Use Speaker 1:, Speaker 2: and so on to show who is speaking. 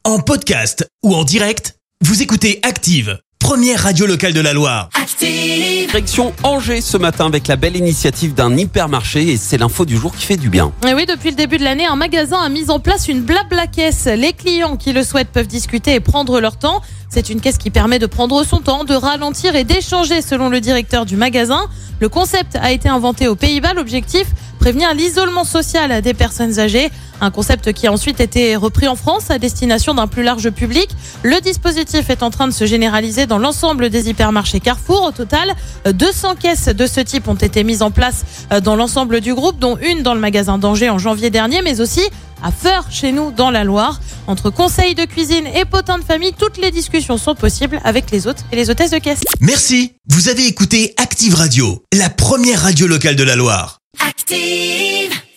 Speaker 1: En podcast ou en direct, vous écoutez Active, première radio locale de la Loire.
Speaker 2: Active. Direction Angers ce matin avec la belle initiative d'un hypermarché et c'est l'info du jour qui fait du bien.
Speaker 3: Et oui, depuis le début de l'année, un magasin a mis en place une blabla caisse. Les clients qui le souhaitent peuvent discuter et prendre leur temps. C'est une caisse qui permet de prendre son temps, de ralentir et d'échanger selon le directeur du magasin. Le concept a été inventé aux Pays-Bas. L'objectif, prévenir l'isolement social des personnes âgées. Un concept qui a ensuite été repris en France à destination d'un plus large public. Le dispositif est en train de se généraliser dans l'ensemble des hypermarchés Carrefour. Au total, 200 caisses de ce type ont été mises en place dans l'ensemble du groupe, dont une dans le magasin d'Angers en janvier dernier, mais aussi à Feur, chez nous, dans la Loire. Entre conseils de cuisine et potins de famille, toutes les discussions sont possibles avec les hôtes et les hôtesses de caisse.
Speaker 1: Merci, vous avez écouté Active Radio, la première radio locale de la Loire.
Speaker 4: Active.